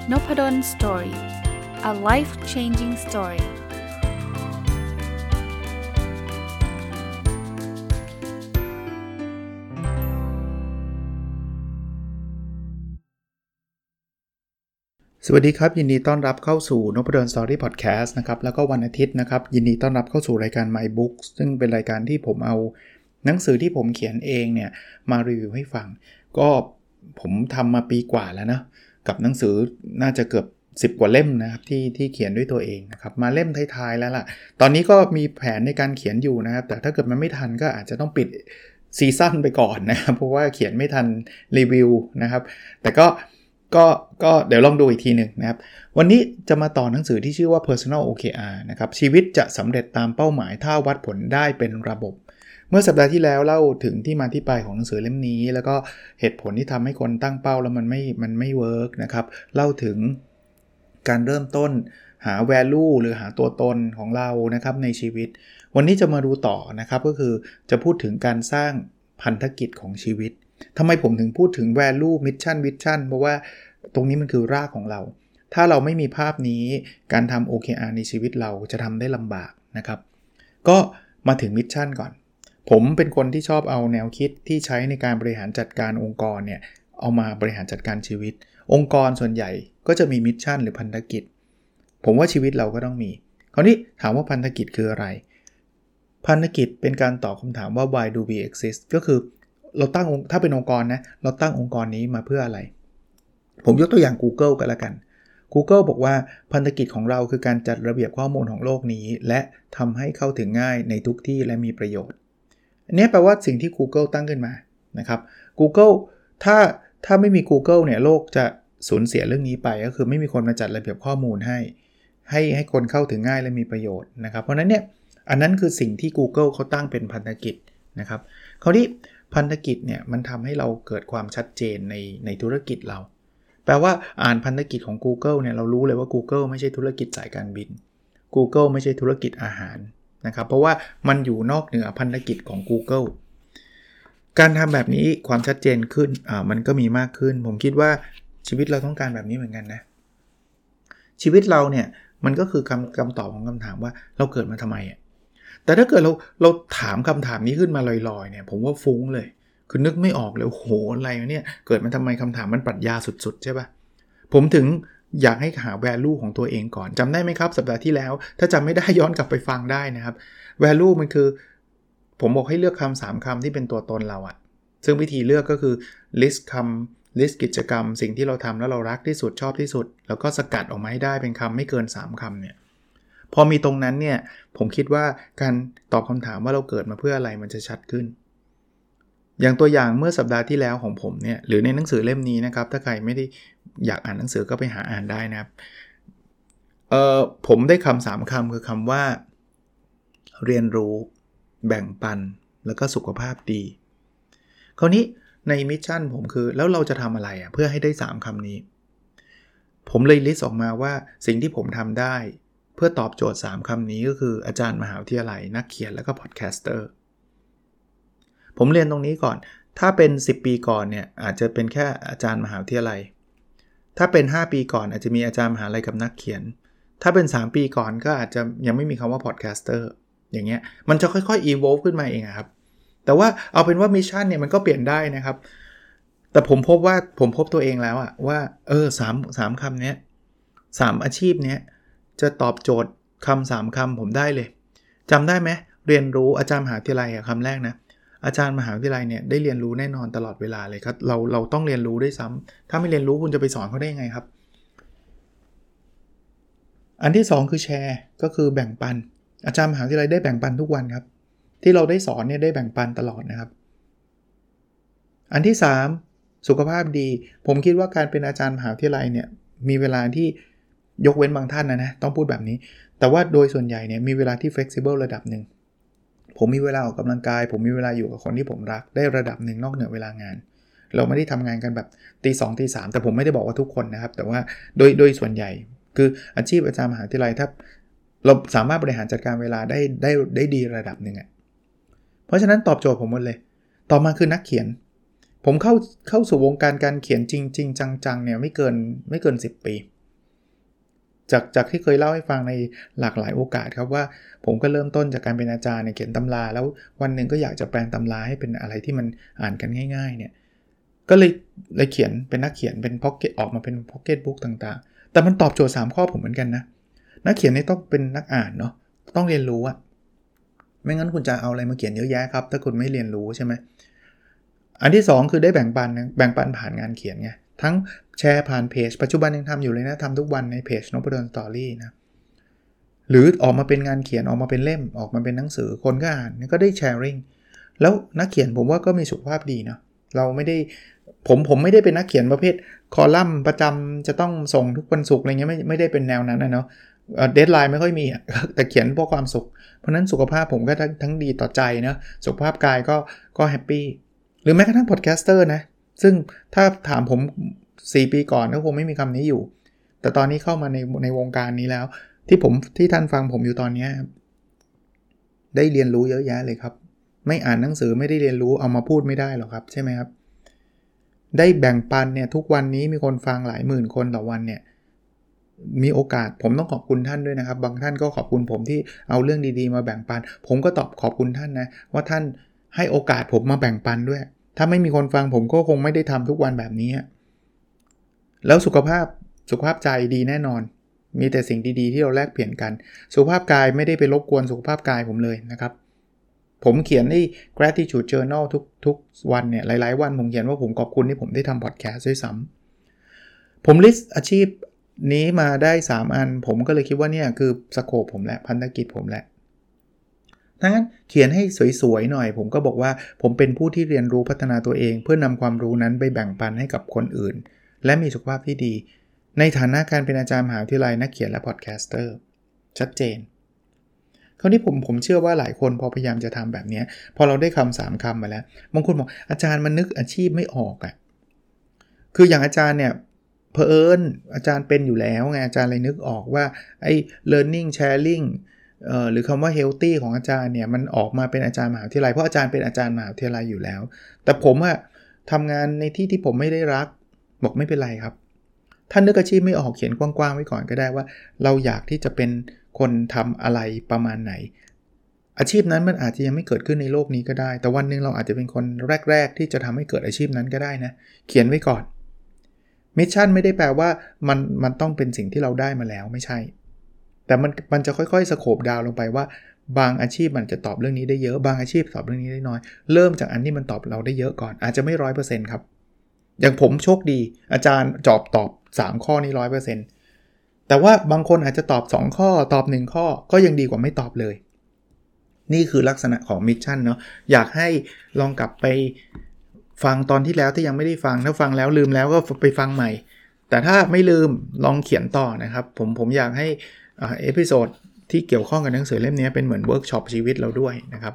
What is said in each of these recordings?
Nopadon Story. A life-changing story. สวัสดีครับยินดีต้อนรับเข้าสู่ Nopadon Story Podcast นะครับแล้วก็วันอาทิตย์นะครับยินดีต้อนรับเข้าสู่รายการ My Books ซึ่งเป็นรายการที่ผมเอาหนังสือที่ผมเขียนเองเนี่ยมารีวิวให้ฟังก็ผมทำมาปีกว่าแล้วนะกับหนังสือน่าจะเกือบ10กว่าเล่มนะครับที่เขียนด้วยตัวเองนะครับมาเล่มท้ายๆแล้วล่ะตอนนี้ก็มีแผนในการเขียนอยู่นะครับแต่ถ้าเกิดมันไม่ทันก็อาจจะต้องปิดซีซั่นไปก่อนนะครับเพราะว่าเขียนไม่ทันรีวิวนะครับแต่ก็เดี๋ยวลองดูอีกทีหนึ่งนะครับวันนี้จะมาต่อหนังสือที่ชื่อว่า Personal OKR นะครับชีวิตจะสำเร็จตามเป้าหมายถ้าวัดผลได้เป็นระบบเมื่อสัปดาห์ที่แล้วเล่าถึงที่มาที่ไปของหนังสือเล่มนี้แล้วก็เหตุผลที่ทำให้คนตั้งเป้าแล้วมันไม่เวิร์กนะครับเล่าถึงการเริ่มต้นหา value หรือหาตัวตนของเรานะครับในชีวิตวันนี้จะมาดูต่อนะครับก็คือจะพูดถึงการสร้างพันธกิจของชีวิตทำไมผมถึงพูดถึง value mission vision เพราะว่าตรงนี้มันคือรากของเราถ้าเราไม่มีภาพนี้การทำ OKR ในชีวิตเราจะทำได้ลำบากนะครับก็มาถึงมิชชั่นก่อนผมเป็นคนที่ชอบเอาแนวคิดที่ใช้ในการบริหารจัดการองค์กรเนี่ยเอามาบริหารจัดการชีวิตองค์กรส่วนใหญ่ก็จะมีมิชชั่นหรือพันธกิจผมว่าชีวิตเราก็ต้องมีคราวนี้ถามว่าพันธกิจคืออะไรพันธกิจเป็นการตอบคำถามว่า why do we exist ก็คือเราตั้งถ้าเป็นองค์กรนะเราตั้งองค์กรนี้มาเพื่ออะไรผมยกตัวอย่าง Google กันละกัน Google บอกว่าพันธกิจของเราคือการจัดระเบียบข้อมูลของโลกนี้และทำให้เข้าถึงง่ายในทุกที่และมีประโยชน์อันนี้แปลว่าสิ่งที่ Google ตั้งขึ้นมานะครับ Google ถ้าไม่มี Google เนี่ยโลกจะสูญเสียเรื่องนี้ไปก็คือไม่มีคนมาจัดระเบียบข้อมูลให้คนเข้าถึงง่ายและมีประโยชน์นะครับเพราะนั้นเนี่ยอันนั้นคือสิ่งที่ Google เขาตั้งเป็นพันธกิจนะครับคราวนี้พันธกิจเนี่ยมันทำให้เราเกิดความชัดเจนในธุรกิจเราแปลว่าอ่านพันธกิจของ Google เนี่ยเรารู้เลยว่า Google ไม่ใช่ธุรกิจสายการบิน Google ไม่ใช่ธุรกิจอาหารนะครับเพราะว่ามันอยู่นอกเหนือพันธกิจของ Google การทำแบบนี้ความชัดเจนขึ้นมันก็มีมากขึ้นผมคิดว่าชีวิตเราต้องการแบบนี้เหมือนกันนะชีวิตเราเนี่ยมันก็คือคำตอบของคำถามว่าเราเกิดมาทำไมแต่ถ้าเกิดเราถามคำถามนี้ขึ้นมาลอยๆเนี่ยผมว่าฟุ้งเลยคือนึกไม่ออกเลยโอ้โหอะไรเนี่ยเกิดมาทำไมคำถามมันปรัชญาสุดๆใช่ป่ะผมถึงอยากให้หา value ของตัวเองก่อนจำได้ไหมครับสัปดาห์ที่แล้วถ้าจำไม่ได้ย้อนกลับไปฟังได้นะครับ value มันคือผมบอกให้เลือกคำ3คำที่เป็นตัวตนเราซึ่งวิธีเลือกก็คือ list กิจกรรมสิ่งที่เราทำแล้วเรารักที่สุดชอบที่สุดแล้วก็สกัดออกมาให้ได้เป็นคำไม่เกิน3คำเนี่ยพอมีตรงนั้นเนี่ยผมคิดว่าการตอบคำถามว่าเราเกิดมาเพื่ออะไรมันจะชัดขึ้นอย่างตัวอย่างเมื่อสัปดาห์ที่แล้วของผมเนี่ยหรือในหนังสือเล่มนี้นะครับถ้าใครไม่ได้อยากอ่านหนังสือก็ไปหาอ่านได้นะครับผมได้คำ3คำคือคำว่าเรียนรู้แบ่งปันแล้วก็สุขภาพดีคราวนี้ในมิชชั่นผมคือแล้วเราจะทำอะไรเพื่อให้ได้3คำนี้ผมเลยลิสต์ออกมาว่าสิ่งที่ผมทำได้เพื่อตอบโจทย์3คำนี้ก็คืออาจารย์มหาวิทยาลัยนักเขียนแล้วก็พอดแคสเตอร์ผมเรียนตรงนี้ก่อนถ้าเป็น10ปีก่อนเนี่ยอาจจะเป็นแค่อาจารย์มหาวิทยาลัยถ้าเป็น5ปีก่อนอาจจะมีอาจารย์มหาวิทยาลัยกับนักเขียนถ้าเป็น3ปีก่อนก็อาจจะยังไม่มีคำว่าพอดแคสเตอร์อย่างเงี้ยมันจะค่อยๆ evolve ขึ้นมาเองครับแต่ว่าเอาเป็นว่ามิชชั่นเนี่ยมันก็เปลี่ยนได้นะครับแต่ผมพบตัวเองแล้วว่า3คำนี้3อาชีพนี้จะตอบโจทย์คำ3คำผมได้เลยจำได้ไหมเรียนรู้อาจารย์มหาวิทยาลัยคำแรกนะอาจารย์มหาวิทยาลัยเนี่ยได้เรียนรู้แน่นอนตลอดเวลาเลยครับเราต้องเรียนรู้ด้วยซ้ำถ้าไม่เรียนรู้คุณจะไปสอนเขาได้ยังไงครับอันที่2คือแชร์ก็คือแบ่งปันอาจารย์มหาวิทยาลัยได้แบ่งปันทุกวันครับที่เราได้สอนเนี่ยได้แบ่งปันตลอดนะครับอันที่3สุขภาพดีผมคิดว่าการเป็นอาจารย์มหาวิทยาลัยเนี่ยมีเวลาที่ยกเว้นบางท่านนะต้องพูดแบบนี้แต่ว่าโดยส่วนใหญ่เนี่ยมีเวลาที่ flexible ระดับหนึ่งผมมีเวลาออกกำลังกายผมมีเวลาอยู่กับคนที่ผมรักได้ระดับหนึ่งนอกเหนือเวลางานเราไม่ได้ทำงานกันแบบตีสองตีสามแต่ผมไม่ได้บอกว่าทุกคนนะครับแต่ว่าโดยส่วนใหญ่คืออาชีพอาจารย์มหาวิทยาลัยถ้าเราสามารถบริหารจัดการเวลาได้ดีระดับหนึ่งเพราะฉะนั้นตอบโจทย์ผมหมดเลยต่อมาคือนักเขียนผมเข้าสู่วงการการเขียนจริงๆจังๆเนี่ยไม่เกิน10ปีจากที่เคยเล่าให้ฟังในหลากหลายโอกาสครับว่าผมก็เริ่มต้นจากการเป็นอาจารย์เนี่ยเขียนตำราแล้ววันหนึ่งก็อยากจะแปลงตำราให้เป็นอะไรที่มันอ่านกันง่ายๆเนี่ยก็เลยเขียนเป็นนักเขียนเป็นพ็อกเก็ตออกมาเป็นพ็อกเก็ตบุ๊กต่างๆแต่มันตอบโจทย์3ข้อผมเหมือนกันนะนักเขียนนี่ต้องเป็นนักอ่านเนาะต้องเรียนรู้อะไม่งั้นคุณจะเอาอะไรมาเขียนเยอะแยะครับถ้าคุณไม่เรียนรู้ใช่ไหมอันที่2คือได้แบ่งปันผ่านงานเขียนไงทั้งแชร์ผ่านเพจปัจจุบันยังทำอยู่เลยนะทำทุกวันในเพจนพดลสตอรี่นะหรือออกมาเป็นงานเขียนออกมาเป็นเล่มออกมาเป็นหนังสือคนก็อ่านก็ได้แชร์ริ่งแล้วนักเขียนผมว่าก็มีสุขภาพดีเนาะเราไม่ได้ผมไม่ได้เป็นนักเขียนประเภทคอลัมน์ประจำจะต้องส่งทุกวันศุกร์อะไรเงี้ยไม่ได้เป็นแนวนั้นนะเนาะเดดไลน์ไม่ค่อยมีแต่เขียนเพราะความสุขเพราะนั้นสุขภาพผมก็ทั้งดีต่อใจนะสุขภาพกายก็แฮปปี้หรือแม้กระทั่งพอดแคสเตอร์นะซึ่งถ้าถามผม4ปีก่อนก็คงไม่มีคำนี้อยู่แต่ตอนนี้เข้ามาในวงการนี้แล้วที่ท่านฟังผมอยู่ตอนนี้ได้เรียนรู้เยอะแยะเลยครับไม่อ่านหนังสือไม่ได้เรียนรู้เอามาพูดไม่ได้หรอกครับใช่ไหมครับได้แบ่งปันเนี่ยทุกวันนี้มีคนฟังหลายหมื่นคนต่อวันเนี่ยมีโอกาสผมต้องขอบคุณท่านด้วยนะครับบางท่านก็ขอบคุณผมที่เอาเรื่องดีๆมาแบ่งปันผมก็ตอบขอบคุณท่านนะว่าท่านให้โอกาสผมมาแบ่งปันด้วยถ้าไม่มีคนฟังผมก็คงไม่ได้ทำทุกวันแบบนี้แล้วสุขภาพใจดีแน่นอนมีแต่สิ่งดีๆที่เราแลกเปลี่ยนกันสุขภาพกายไม่ได้ไปรบกวนสุขภาพกายผมเลยนะครับผมเขียนใน gratitude journal ทุกวันเนี่ยหลายๆวันผมเขียนว่าผมขอบคุณที่ผมได้ทำพอดแคสต์ด้วยซ้ำผมลิสต์อาชีพนี้มาได้3อันผมก็เลยคิดว่าเนี่ยคือสโคปผมแหละพันธกิจผมแหละดังนั้นเขียนให้สวยๆหน่อยผมก็บอกว่าผมเป็นผู้ที่เรียนรู้พัฒนาตัวเองเพื่อนำความรู้นั้นไปแบ่งปันให้กับคนอื่นและมีสุขภาพที่ดีในฐานะการเป็นอาจารย์มหาวิทยาลัยนักเขียนและพอดแคสเตอร์ชัดเจนคราวนี้ผมเชื่อว่าหลายคนพอพยายามจะทำแบบนี้พอเราได้คำ3คำมาแล้วบางคนบอกอาจารย์มันนึกอาชีพไม่ออกอ่ะคืออย่างอาจารย์เนี่ยเผอิญอาจารย์เป็นอยู่แล้วไงอาจารย์เลยนึกออกว่าไอ้ learning sharing หรือคำว่า healthy ของอาจารย์เนี่ยมันออกมาเป็นอาจารย์มหาวิทยาลัยเพราะอาจารย์เป็นอาจารย์มหาวิทยาลัยอยู่แล้วแต่ผมอะทำงานในที่ผมไม่ได้รักบอกไม่เป็นไรครับท่านนึกอาชีพไม่ออกเขียนกว้างๆไว้ก่อนก็ได้ว่าเราอยากที่จะเป็นคนทำอะไรประมาณไหนอาชีพนั้นมันอาจจะยังไม่เกิดขึ้นในโลกนี้ก็ได้แต่วันนึงเราอาจจะเป็นคนแรกๆที่จะทำให้เกิดอาชีพนั้นก็ได้นะเขียนไว้ก่อนมิชชั่นไม่ได้แปลว่ามันต้องเป็นสิ่งที่เราได้มาแล้วไม่ใช่แต่มันจะค่อยๆสโคปดาวลงไปว่าบางอาชีพมันจะตอบเรื่องนี้ได้เยอะบางอาชีพตอบเรื่องนี้ได้น้อยเริ่มจากอันที่มันตอบเราได้เยอะก่อนอาจจะไม่ 100% ครับอย่างผมโชคดีอาจารย์ตอบ3ข้อนี้ 100% แต่ว่าบางคนอาจจะตอบ2ข้อตอบ1ข้อก็ยังดีกว่าไม่ตอบเลยนี่คือลักษณะของมิชชั่นเนาะอยากให้ลองกลับไปฟังตอนที่แล้วที่ยังไม่ได้ฟังถ้าฟังแล้วลืมแล้วก็ไปฟังใหม่แต่ถ้าไม่ลืมลองเขียนต่อนะครับผมอยากให้เอพิโซดที่เกี่ยวข้องกับหนังสือเล่มนี้เป็นเหมือนเวิร์กช็อปชีวิตเราด้วยนะครับ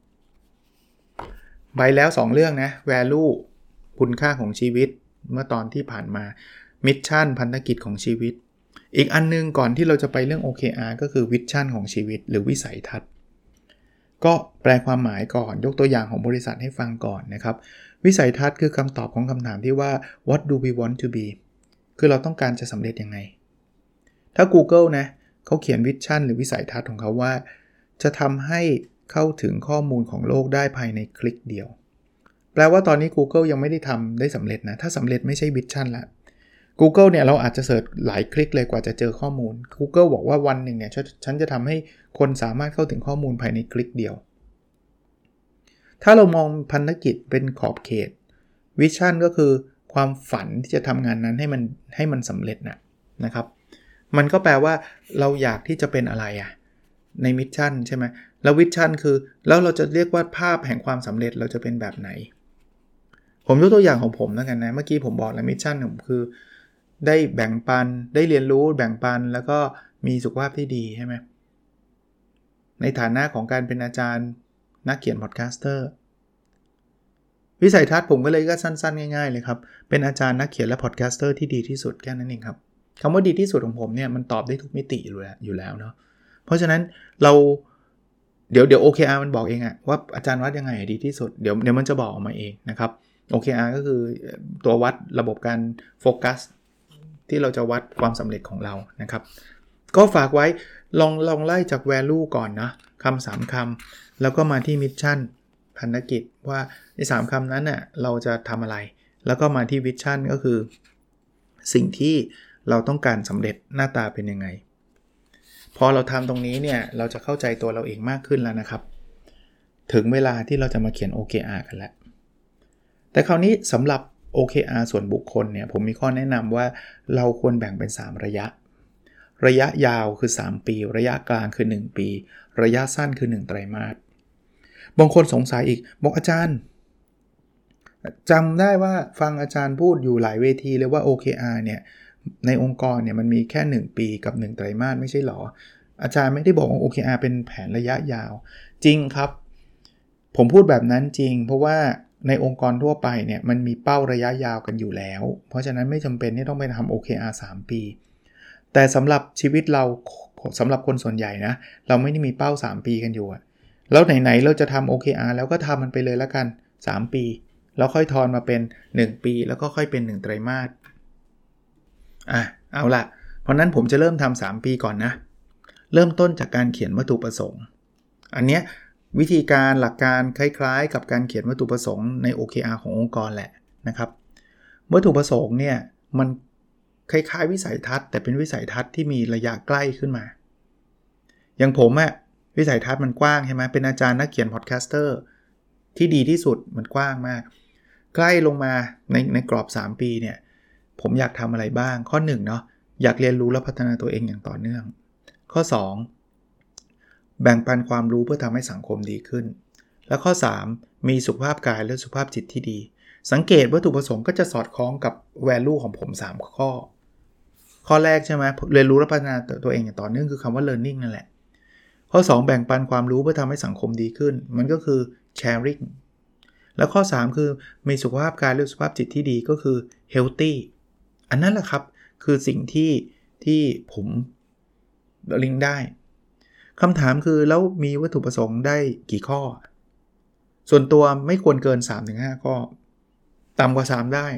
ไปแล้ว2เรื่องนะ value คุณค่าของชีวิตเมื่อตอนที่ผ่านมามิชชั่นพันธกิจของชีวิตอีกอันนึงก่อนที่เราจะไปเรื่อง OKR ก็คือวิชั่นของชีวิตหรือวิสัยทัศน์ก็แปลความหมายก่อนยกตัวอย่างของบริษัทให้ฟังก่อนนะครับวิสัยทัศน์คือคำตอบของคำถามที่ว่า what do we want to be คือเราต้องการจะสำเร็จยังไงถ้า Google นะเขาเขียนวิชั่นหรือวิสัยทัศน์ของเขาว่าจะทำให้เข้าถึงข้อมูลของโลกได้ภายในคลิกเดียวแปลว่าตอนนี้ Google ยังไม่ได้ทำได้สำเร็จนะถ้าสำเร็จไม่ใช่วิชั่นละ Google เนี่ยเราอาจจะเสิร์ชหลายคลิกเลยกว่าจะเจอข้อมูล Google บอกว่าวันหนึ่งเนี่ยฉันจะทำให้คนสามารถเข้าถึงข้อมูลภายในคลิกเดียวถ้าเรามองพันธกิจเป็นขอบเขตวิชั่นก็คือความฝันที่จะทำงานนั้นให้มันสำเร็จนะครับมันก็แปลว่าเราอยากที่จะเป็นอะไรในมิชชั่นใช่ไหมแล้ววิชั่นคือแล้วเราจะเรียกว่าภาพแห่งความสำเร็จเราจะเป็นแบบไหนผมยกตัวอย่างของผมแล้วกันนะเมื่อกี้ผมบอกแล้วมิชชั่นผมคือได้แบ่งปันได้เรียนรู้แบ่งปันแล้วก็มีสุขภาพที่ดีใช่ไหมในฐานะของการเป็นอาจารย์นักเขียนพอดแคสเตอร์วิสัยทัศน์ผมก็เลยก็สั้นๆง่ายๆเลยครับเป็นอาจารย์นักเขียนและพอดแคสเตอร์ที่ดีที่สุดแค่นั้นเองครับคำว่าดีที่สุดของผมเนี่ยมันตอบได้ทุกมิติอยู่แล้วเนาะเพราะฉะนั้นเราเดี๋ยว OKR มันบอกเองว่าอาจารย์วัดยังไงดีที่สุดเดี๋ยวมันจะบอกออกมาเองนะครับ OKR ก็คือตัววัดระบบการโฟกัสที่เราจะวัดความสำเร็จของเรานะครับก็ฝากไว้ลองไล่จาก value ก่อนนะคำ3คำแล้วก็มาที่ mission ภารกิจว่าใน3คำนั้นน่ะเราจะทำอะไรแล้วก็มาที่ vision ก็คือสิ่งที่เราต้องการสำเร็จหน้าตาเป็นยังไงพอเราทำตรงนี้เนี่ยเราจะเข้าใจตัวเราเองมากขึ้นแล้วนะครับถึงเวลาที่เราจะมาเขียน OKR กันแล้วแต่คราวนี้สำหรับ OKR ส่วนบุคคลเนี่ยผมมีข้อแนะนำว่าเราควรแบ่งเป็น3ระยะยาวคือ3ปีระยะกลางคือ1ปีระยะสั้นคือ1ไตรมาสบางคนสงสัยอีกบอกอาจารย์จำได้ว่าฟังอาจารย์พูดอยู่หลายเวทีเลยว่า OKR เนี่ยในองค์กรเนี่ยมันมีแค่1ปีกับ1ไตรมาสไม่ใช่หรออาจารย์ไม่ได้บอกว่า OKR เป็นแผนระยะยาวจริงครับผมพูดแบบนั้นจริงเพราะว่าในองค์กรทั่วไปเนี่ยมันมีเป้าระยะยาวกันอยู่แล้วเพราะฉะนั้นไม่จำเป็นที่ต้องไปทำ OKR 3 ปีแต่สำหรับชีวิตเราสำหรับคนส่วนใหญ่นะเราไม่ได้มีเป้า3ปีกันอยู่แล้วไหนๆเราจะทำ OKR แล้วก็ทำมันไปเลยแล้วกัน3ปีแล้วค่อยทอนมาเป็น1ปีแล้วก็ค่อยเป็น1ไตรมาสเอาล่ะเพราะนั้นผมจะเริ่มทำ3ปีก่อนนะเริ่มต้นจากการเขียนวัตถุประสงค์อันเนี้ยวิธีการหลักการคล้ายๆกับการเขียนวัตถุประสงค์ใน OKR ขององค์กรแหละนะครับวัตถุประสงค์เนี่ยมันคล้ายๆวิสัยทัศน์แต่เป็นวิสัยทัศน์ที่มีระยะใกล้ขึ้นมาอย่างผมวิสัยทัศน์มันกว้างใช่ไหมเป็นอาจารย์นักเขียนพอดแคสเตอร์ที่ดีที่สุดมันกว้างมากใกล้ลงมาในกรอบ3ปีเนี่ยผมอยากทำอะไรบ้างข้อ1เนาะอยากเรียนรู้และพัฒนาตัวเองอย่างต่อเนื่องข้อ2แบ่งปันความรู้เพื่อทำให้สังคมดีขึ้นและข้อ3มีสุขภาพกายและสุขภาพจิตที่ดีสังเกตวัตถุประสงค์ก็จะสอดคล้องกับ value ของผม3ข้อแรกใช่ไหมเรียนรู้และพัฒนาตัวเองอย่างต่อเนื่องคือคำว่า learning นั่นแหละข้อ2แบ่งปันความรู้เพื่อทำให้สังคมดีขึ้นมันก็คือ sharing แล้วข้อ3คือมีสุขภาพกายและสุขภาพจิตที่ดีก็คือ healthy อันนั้นแหละครับคือสิ่งที่ผมลิงก์ได้คำถามคือแล้วมีวัตถุประสงค์ได้กี่ข้อส่วนตัวไม่ควรเกิน 3-5 ข้อต่ำกว่า3ได้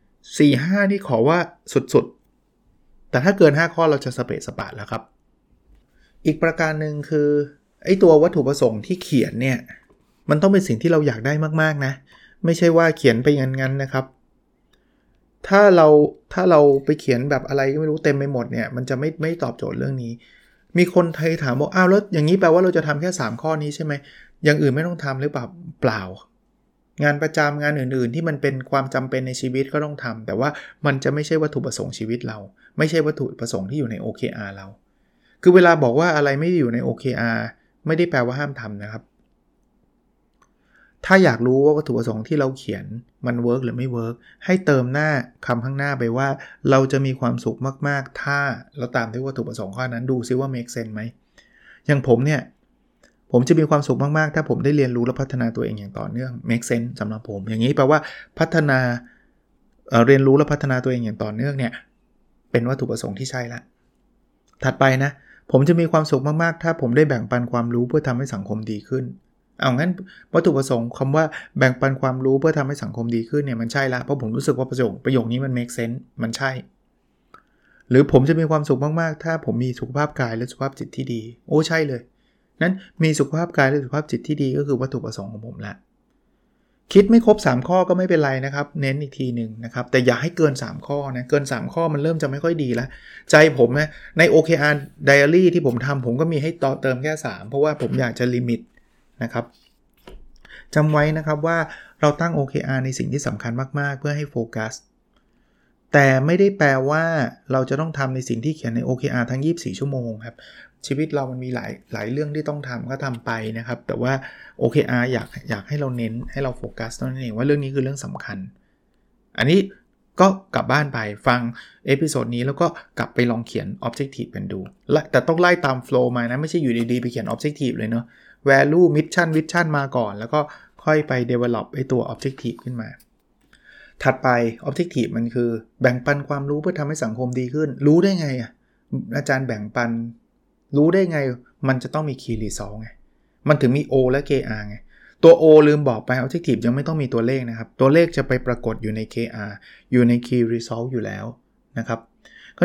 4-5 นี่ขอว่าสุดๆแต่ถ้าเกิน5ข้อเราจะสเปะสปะแล้วครับอีกประการหนึ่งคือไอ้ตัววัตถุประสงค์ที่เขียนเนี่ยมันต้องเป็นสิ่งที่เราอยากได้มากๆนะไม่ใช่ว่าเขียนไปงั้นๆนะครับถ้าเราไปเขียนแบบอะไรก็ไม่รู้เต็มไปหมดเนี่ยมันจะไม่ตอบโจทย์เรื่องนี้มีคนไทยถามบอกแล้วอย่างนี้แปลว่าเราจะทำแค่3ข้อนี้ใช่ไหมอย่างอื่นไม่ต้องทำหรือเปล่างานประจำงานอื่นๆที่มันเป็นความจำเป็นในชีวิตก็ต้องทำแต่ว่ามันจะไม่ใช่วัตถุประสงค์ชีวิตเราไม่ใช่วัตถุประสงค์ที่อยู่ใน OKR เราคือเวลาบอกว่าอะไรไม่อยู่ใน OKR ไม่ได้แปลว่าห้ามทำนะครับถ้าอยากรู้ว่าวัตถุประสงค์ที่เราเขียนมันเวิร์กหรือไม่เวิร์กให้เติมหน้าคำข้างหน้าไปว่าเราจะมีความสุขมากๆถ้าเราตามที่วัตถุประสงค์ข้อนั้นดูซิว่า make sense ไหมอย่างผมเนี่ยผมจะมีความสุขมากๆถ้าผมได้เรียนรู้และพัฒนาตัวเองอย่างต่อเนื่อง make sense สำหรับผมอย่างนี้แปลว่าพัฒนาเรียนรู้และพัฒนาตัวเองอย่างต่อเนื่องเนี่ยเป็นวัตถุประสงค์ที่ใช่ละถัดไปนะผมจะมีความสุขมากๆถ้าผมได้แบ่งปันความรู้เพื่อทำให้สังคมดีขึ้นเอางั้นวัตถุประสงค์คำว่าแบ่งปันความรู้เพื่อทำให้สังคมดีขึ้นเนี่ยมันใช่ละเพราะผมรู้สึกว่าประโยคนี้มัน make sense มันใช่หรือผมจะมีความสุขมากๆถ้าผมมีสุขภาพกายและสุขภาพจิตที่ดีโอ้ใช่เลยนั้นมีสุขภาพกายและสุขภาพจิตที่ดีก็คือวัตถุประสงค์ของผมละคิดไม่ครบ3ข้อก็ไม่เป็นไรนะครับเน้นอีกทีนึงนะครับแต่อย่าให้เกิน3ข้อนะเกิน3ข้อมันเริ่มจะไม่ค่อยดีแล้วใจผมนะใน OKR Diary ที่ผมทำผมก็มีให้เติมแค่3เพราะว่าผมอยากจะลิมิตนะครับจำไว้นะครับว่าเราตั้ง OKR ในสิ่งที่สำคัญมากๆเพื่อให้โฟกัสแต่ไม่ได้แปลว่าเราจะต้องทำในสิ่งที่เขียนใน OKR ทั้ง24ชั่วโมงครับชีวิตเรามันมีหลายเรื่องที่ต้องทำก็ทำไปนะครับแต่ว่า OKR อยากให้เราเน้นให้เราโฟกัสนั่นเองว่าเรื่องนี้คือเรื่องสำคัญอันนี้ก็กลับบ้านไปฟังเอพิโซดนี้แล้วก็กลับไปลองเขียน Objective กันดูแต่ต้องไล่ตาม flow มานะไม่ใช่อยู่ดีๆไปเขียน Objective เลยเนาะ value mission vision มาก่อนแล้วก็ค่อยไป develop ไอ้ตัว objective ขึ้นมาถัดไป objective มันคือแบ่งปันความรู้เพื่อทำให้สังคมดีขึ้นรู้ได้ไงอาจารย์แบ่งปันรู้ได้ไงมันจะต้องมี key result ไงมันถึงมี O และ KR ไงตัว O ลืมบอกไป objective ยังไม่ต้องมีตัวเลขนะครับตัวเลขจะไปปรากฏอยู่ใน KR อยู่ใน key result อยู่แล้วนะครับคราวนี้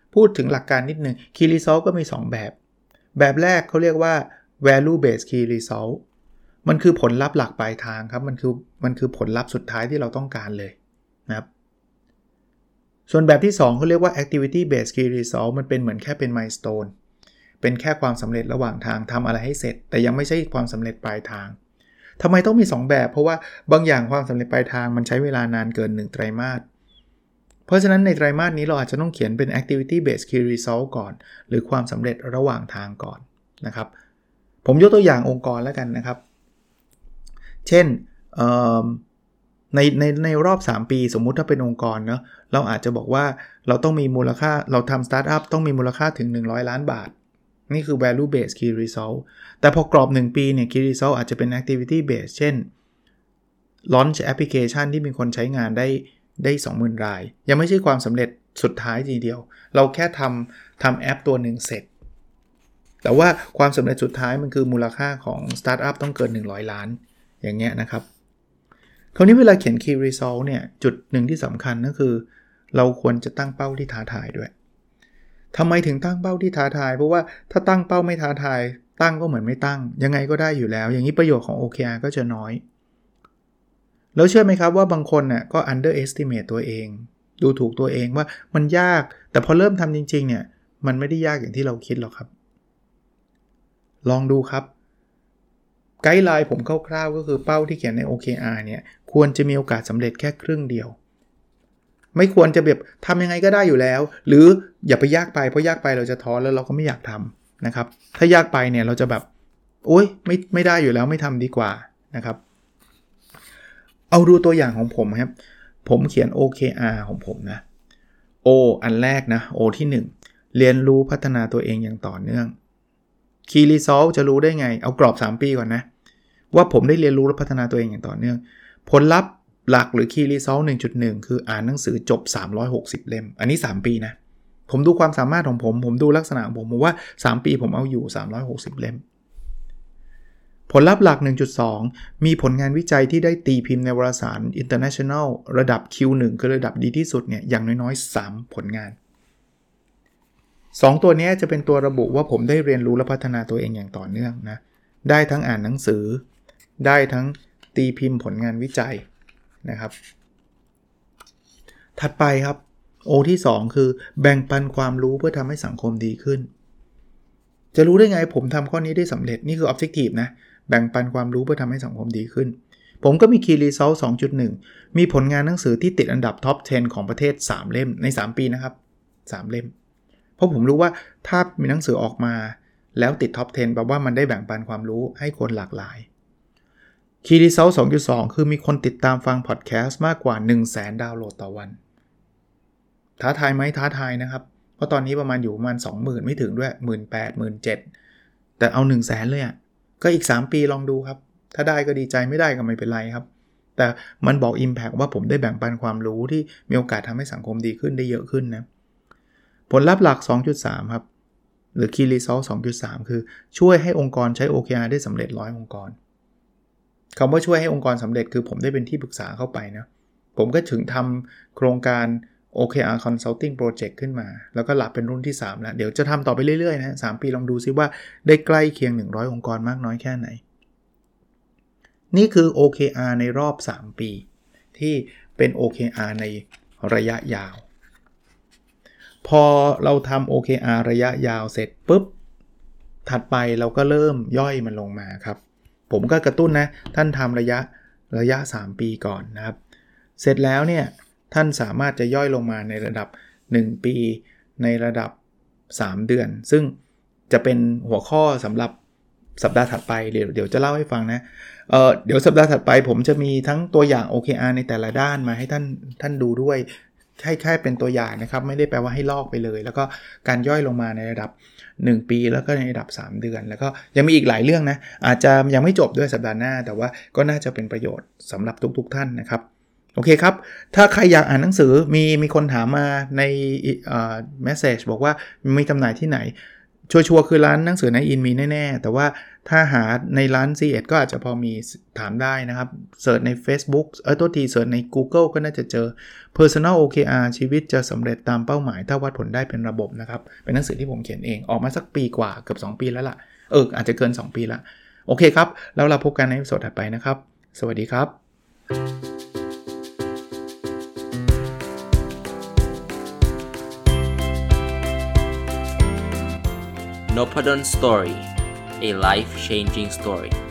พูดถึงหลักการนิดนึง Key Result ก็มี2แบบแรกเขาเรียกว่า Value Based Key Result มันคือผลลัพธ์หลักปลายทางครับมันคือผลลัพธ์สุดท้ายที่เราต้องการเลยนะครับส่วนแบบที่2เขาเรียกว่า Activity Based Key Result มันเป็นเหมือนแค่เป็น Milestone เป็นแค่ความสำเร็จระหว่างทางทำอะไรให้เสร็จแต่ยังไม่ใช่ความสำเร็จปลายทางทำไมต้องมี2แบบเพราะว่าบางอย่างความสำเร็จปลายทางมันใช้เวลานานเกิน1ไตรมาสเพราะฉะนั้นในไตรมาสนี้เราอาจจะต้องเขียนเป็น Activity Based Key Result ก่อนหรือความสำเร็จระหว่างทางก่อนนะครับผมยกตัวอย่างองค์กรแล้วกันนะครับเช่นในรอบ3ปีสมมุติถ้าเป็นองค์กรเนาะเราอาจจะบอกว่าเราต้องมีมูลค่าเราทำสตาร์ทอัพต้องมีมูลค่าถึง100ล้านบาทนี่คือ value based key result แต่พอกรอบ1ปีเนี่ย key result อาจจะเป็น activity based เช่น launch application ที่มีคนใช้งานได้ 20,000 รายยังไม่ใช่ความสำเร็จสุดท้ายทีเดียวเราแค่ทำแอปตัวหนึ่งเสร็จแต่ว่าความสำเร็จสุดท้ายมันคือมูลค่าของสตาร์ทอัพต้องเกิน100ล้านอย่างเงี้ยนะครับคราวนี้เวลาเขียน key result เนี่ยจุดหนึ่งที่สำคัญก็คือเราควรจะตั้งเป้าที่ท้าทายด้วยทำไมถึงตั้งเป้าที่ท้าทายเพราะว่าถ้าตั้งเป้าไม่ท้าทายตั้งก็เหมือนไม่ตั้งยังไงก็ได้อยู่แล้วอย่างนี้ประโยชน์ของ OKR ก็จะน้อยแล้วเชื่อไหมครับว่าบางคนน่ะก็ underestimate ตัวเองดูถูกตัวเองว่ามันยากแต่พอเริ่มทำจริงๆเนี่ยมันไม่ได้ยากอย่างที่เราคิดหรอกครับลองดูครับไกด์ไลน์ผมคร่าวๆก็คือเป้าที่เขียนใน OKR เนี่ยควรจะมีโอกาสสำเร็จแค่ครึ่งเดียวไม่ควรจะแบบทำยังไงก็ได้อยู่แล้วหรืออย่าไปยากไปเพราะยากไปเราจะท้อแล้วเราก็ไม่อยากทำนะครับถ้ายากไปเนี่ยเราจะแบบโอ๊ยไม่ได้อยู่แล้วไม่ทำดีกว่านะครับเอาดูตัวอย่างของผมครับผมเขียน OKR ของผมนะ O อันแรกนะ O ที่1เรียนรู้พัฒนาตัวเองอย่างต่อเนื่อง Key Result จะรู้ได้ไงเอากรอบ3ปีก่อนนะว่าผมได้เรียนรู้และพัฒนาตัวเองอย่างต่อเนื่องผลลัพธ์หลักหรือ Key Result 1.1 คืออ่านหนังสือจบ360เล่มอันนี้3ปีนะผมดูความสามารถของผมดูลักษณะของผมว่า3ปีผมเอาอยู่360เล่มผลลัพธ์หลัก 1.2 มีผลงานวิจัยที่ได้ตีพิมพ์ในวารสาร International ระดับ Q1 คือระดับดีที่สุดเนี่ยอย่างน้อยๆ3ผลงาน2ตัวนี้จะเป็นตัวระบุว่าผมได้เรียนรู้และพัฒนาตัวเองอย่างต่อเนื่องนะได้ทั้งอ่านหนังสือได้ทั้งตีพิมพ์ผลงานวิจัยนะครับถัดไปครับ O ที่2คือแบ่งปันความรู้เพื่อทำให้สังคมดีขึ้นจะรู้ได้ไงผมทำข้อนี้ได้สำเร็จนี่คือ Objective นะแบ่งปันความรู้เพื่อทำให้สังคมดีขึ้นผมก็มี Key Result 2.1 มีผลงานหนังสือที่ติดอันดับ Top 10 ของประเทศ3เล่มใน3ปีนะครับ3เล่มเพราะผมรู้ว่าถ้ามีหนังสือออกมาแล้วติด Top 10 แปลว่ามันได้แบ่งปันความรู้ให้คนหลากหลาย Key Result 2.2 คือมีคนติดตามฟังพอดแคสต์มากกว่า 100,000 ดาวน์โหลดต่อวันท้าทายไหมท้าทายนะครับเพราะตอนนี้ประมาณ 20,000 ไม่ถึงด้วย 18,000 17,000 แต่เอา 100,000 เลยอ่ะก็อีก3ปีลองดูครับถ้าได้ก็ดีใจไม่ได้ก็ไม่เป็นไรครับแต่มันบอก Impact ว่าผมได้แบ่งปันความรู้ที่มีโอกาสทำให้สังคมดีขึ้นได้เยอะขึ้นนะผลลัพธ์หลัก 2.3 ครับหรือ Key Result 2.3 คือช่วยให้องค์กรใช้ OKR ได้สำเร็จ100องค์กรคำว่าช่วยให้องค์กรสำเร็จคือผมได้เป็นที่ปรึกษาเข้าไปนะผมก็ถึงทำโครงการ OKR Consulting Project ขึ้นมาแล้วก็หลับเป็นรุ่นที่3แล้วเดี๋ยวจะทำต่อไปเรื่อยๆนะ3ปีลองดูซิว่าได้ใกล้เคียง100องค์กรมากน้อยแค่ไหนนี่คือ OKR ในรอบ3ปีที่เป็น OKR ในระยะยาวพอเราทำ OKR ระยะยาวเสร็จปุ๊บถัดไปเราก็เริ่มย่อยมันลงมาครับผมก็กระตุ้นนะท่านทำระยะ3ปีก่อนนะครับเสร็จแล้วเนี่ยท่านสามารถจะย่อยลงมาในระดับ1ปีในระดับ3เดือนซึ่งจะเป็นหัวข้อสำหรับสัปดาห์ถัดไปเดี๋ยวจะเล่าให้ฟังนะเดี๋ยวสัปดาห์ถัดไปผมจะมีทั้งตัวอย่าง OKR ในแต่ละด้านมาให้ท่านดูด้วยแค่เป็นตัวอย่างนะครับไม่ได้แปลว่าให้ลอกไปเลยแล้วก็การย่อยลงมาในระดับ1ปีแล้วก็ในระดับ3เดือนแล้วก็ยังมีอีกหลายเรื่องนะอาจจะยังไม่จบด้วยสัปดาห์หน้าแต่ว่าก็น่าจะเป็นประโยชน์สำหรับทุกท่านนะครับโอเคครับถ้าใครอยากอ่านหนังสือมีคนถามมาในเมสเสจบอกว่ามีจำหน่ายที่ไหนชัวร์ๆคือร้านหนังสือนายอินมีแน่ๆแต่ว่าถ้าหาในร้าน C1 ก็อาจจะพอมีถามได้นะครับเสิร์ชใน Facebook ตัวทีเสิร์ชใน Google ก็น่าจะเจอ Personal OKR ชีวิตจะสำเร็จตามเป้าหมายถ้าวัดผลได้เป็นระบบนะครับเป็นหนังสือที่ผมเขียนเองออกมาสักปีกว่าเกือบ2ปีแล้วล่ะอาจจะเกิน2ปีละโอเคครับแล้วเราพบกันในตอนถัดไปนะครับสวัสดีครับ Nopadon Story, a life-changing story.